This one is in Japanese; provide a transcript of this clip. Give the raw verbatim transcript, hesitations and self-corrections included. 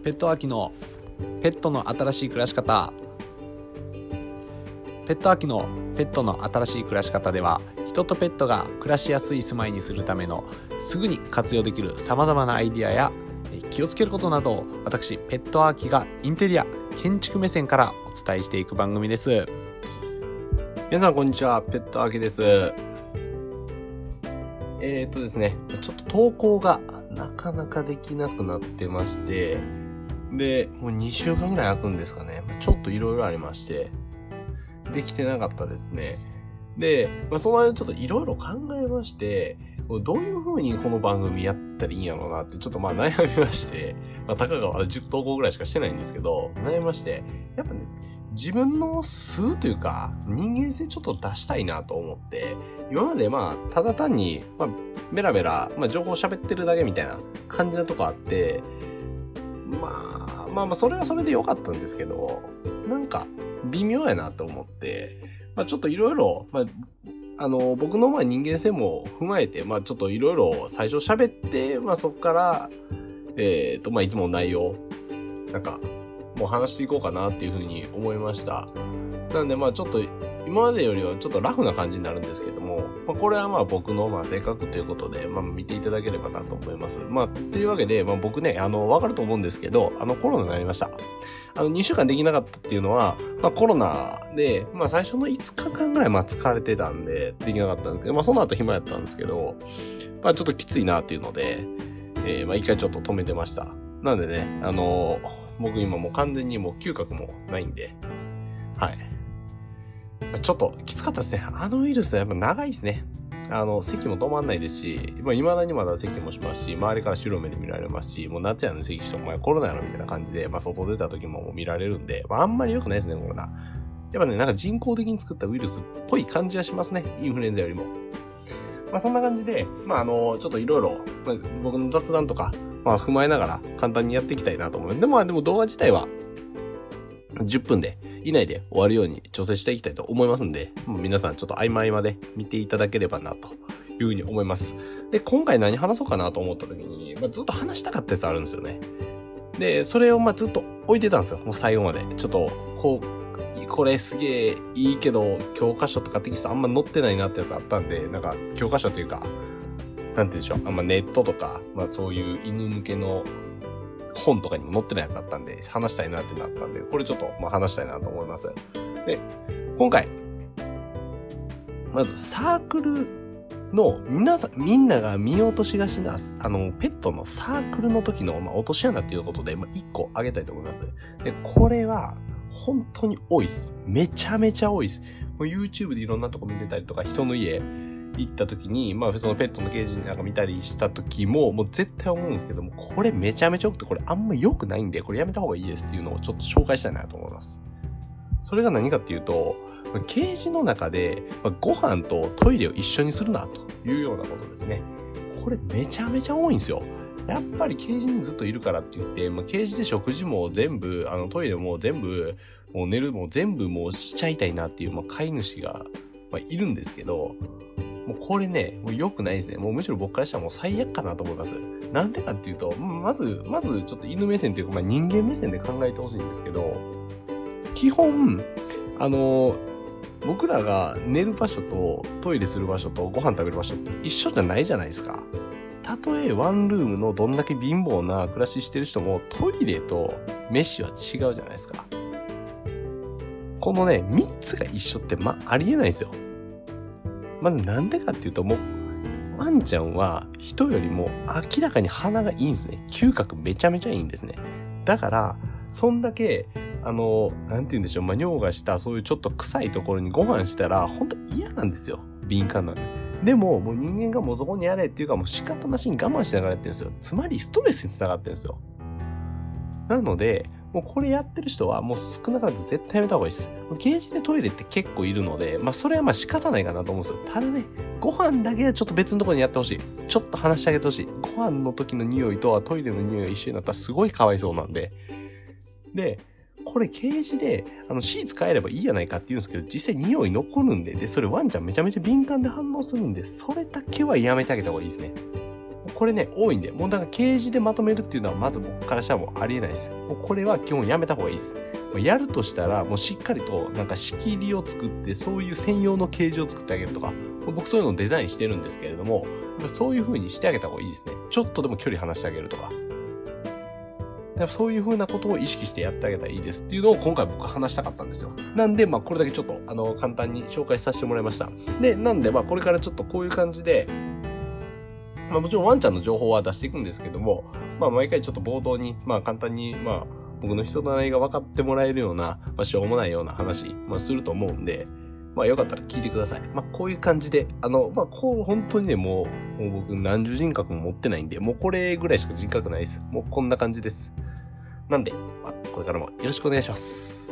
ペット秋のペットの新しい暮らし方。ペット秋のペットの新しい暮らし方では、人とペットが暮らしやすい住まいにするためのすぐに活用できるさまざまなアイディアや気をつけることなどを、私ペット秋がインテリア建築目線からお伝えしていく番組です。 皆さんこんにちは、ペット秋です。えーっとですねちょっと投稿がなかなかできなくなってまして、でもうにしゅうかんぐらい空くんですかね。ちょっといろいろありましてできてなかったですね。で、まあ、その間ちょっといろいろ考えまして、どういう風にこの番組やったらいいんやろうなってちょっとまあ悩みまして、まあ、たかがはじゅう投稿ぐらいしかしてないんですけど、悩みまして、やっぱね、自分の素というか人間性ちょっと出したいなと思って、今までまあただ単に、まあ、ベラベラ、まあ、情報喋ってるだけみたいな感じのとこあって、まあまあまあそれはそれで良かったんですけど、なんか微妙やなと思って、まあ、ちょっといろいろ、まあ、あの僕のまあ人間性も踏まえて、まあ、ちょっといろいろ最初喋って、まあ、そこから、えっとまあ、いつもの内容なんかもう話していこうかなっていうふうに思いました。なんでまあちょっと今までよりはちょっとラフな感じになるんですけども、まあ、これはまあ僕のまあ性格ということで、まあ、見ていただければなと思います。まあというわけで、まあ、僕ねあの分かると思うんですけど、あのコロナになりました。あのにしゅうかんできなかったっていうのは、まあ、コロナで、まあ、最初のいつかかんぐらいまあ疲れてたんでできなかったんですけど、まあ、その後暇やったんですけど、まあ、ちょっときついなっていうので、えー、まあ一回ちょっと止めてました。なんでね、あのー、僕今もう完全にもう嗅覚もないんで、はい。ちょっときつかったですね。あのウイルスはやっぱ長いですね。あの、咳も止まんないですし、まあ、未だにまだ咳もしますし、周りから白目で見られますし、もう夏やのに咳してお前コロナやろみたいな感じで、まあ、外出た時ももう見られるんで、まあ、あんまり良くないですね、コロナ。やっぱね、なんか人工的に作ったウイルスっぽい感じはしますね、インフルエンザよりも。まあ、そんな感じで、まあ、あの、ちょっといろいろ、僕の雑談とか、まあ、踏まえながら簡単にやっていきたいなと思う。でも、まあ、でも動画自体はじゅっぷんで、以内で終わるように調整していきたいと思いますんで、もう皆さんちょっと合間合間で見ていただければなというふうに思います。で、今回何話そうかなと思った時に、まあ、ずっと話したかったやつあるんですよね。で、それをまあずっと置いてたんですよ。もう最後まで。ちょっと、こう、これすげえいいけど、教科書とかテキストあんま載ってないなってやつあったんで、なんか教科書というか、なんて言うんでしょう。あんまネットとか、まあそういう犬向けの本とかにも載ってないやつあったんで、話したいなってなったんで、これちょっとまあ話したいなと思います。で、今回、まずサークルの皆さん、みんなが見落としがちな、あの、ペットのサークルの時の、まあ、落とし穴っていうことで、まあ、いっこあげたいと思います。で、これは、本当に多いです。めちゃめちゃ多いです。もう YouTube でいろんなとこ見てたりとか、人の家行った時に、まあ、そのペットのケージなんか見たりした時も、もう絶対思うんですけども、これめちゃめちゃ多くて、これあんま良くないんで、これやめた方がいいですっていうのをちょっと紹介したいなと思います。それが何かっていうと、ケージの中でご飯とトイレを一緒にするなというようなことですね。これめちゃめちゃ多いんですよ。やっぱりケージにずっといるからって言って、まあ、ケージで食事も全部、あのトイレも全部、もう寝るも全部もうしちゃいたいなっていう、まあ、飼い主が、まあ、いるんですけど、もうこれね、もう良くないですね。もうむしろ僕からしたらもう最悪かなと思います。なんでかっていうと、まず、まずちょっと犬目線というか、まあ、人間目線で考えてほしいんですけど、基本、あの、僕らが寝る場所とトイレする場所とご飯食べる場所って一緒じゃないじゃないですか。たとえワンルームのどんだけ貧乏な暮らししてる人もトイレと飯は違うじゃないですか。このね、みっつが一緒ってまあありえないんですよ。まずなんでかっていうと、もうワンちゃんは人よりも明らかに鼻がいいんですね。嗅覚めちゃめちゃいいんですね。だからそんだけあの、なんて言うんでしょう、まあ、尿がしたそういうちょっと臭いところにご飯したら本当嫌なんですよ。敏感なんで。でももう人間がもうそこにやれっていうか、もう仕方なしに我慢しながらやってるんですよ。つまりストレスにつながってるんですよ。なのでもうこれやってる人はもう少なからず絶対やめた方がいいです。ケージでトイレって結構いるので、まあそれはまあ仕方ないかなと思うんですよ。ただね、ご飯だけはちょっと別のところにやってほしい。ちょっと話してあげてほしい。ご飯の時の匂いとはトイレの匂いが一緒になったらすごいかわいそうなんで。で、これケージであのシーツ変えればいいじゃないかって言うんですけど、実際匂い残るんで、でそれワンちゃんめちゃめちゃ敏感で反応するんで、それだけはやめてあげた方がいいですね。 これね、多いんで、もうだから掲示でまとめるっていうのはまず僕からしたらもうありえないです。もうこれは基本やめた方がいいです。やるとしたら、もうしっかりとなんか仕切りを作って、そういう専用の掲示を作ってあげるとか、僕そういうのをデザインしてるんですけれども、そういう風にしてあげた方がいいですね。ちょっとでも距離離してあげるとか。そういう風なことを意識してやってあげたらいいですっていうのを今回僕は話したかったんですよ。なんで、まあこれだけちょっとあの簡単に紹介させてもらいました。で、なんでまあこれからちょっとこういう感じで、まあもちろんワンちゃんの情報は出していくんですけども、まあ毎回ちょっと冒頭に、まあ簡単に、まあ僕の人となりが分かってもらえるような、まあしょうもないような話、まあすると思うんで、まあよかったら聞いてください。まあこういう感じで、あの、まあこう本当にね、もう、もう僕何十人格も持ってないんで、もうこれぐらいしか人格ないです。もうこんな感じです。なんで、まあ、これからもよろしくお願いします。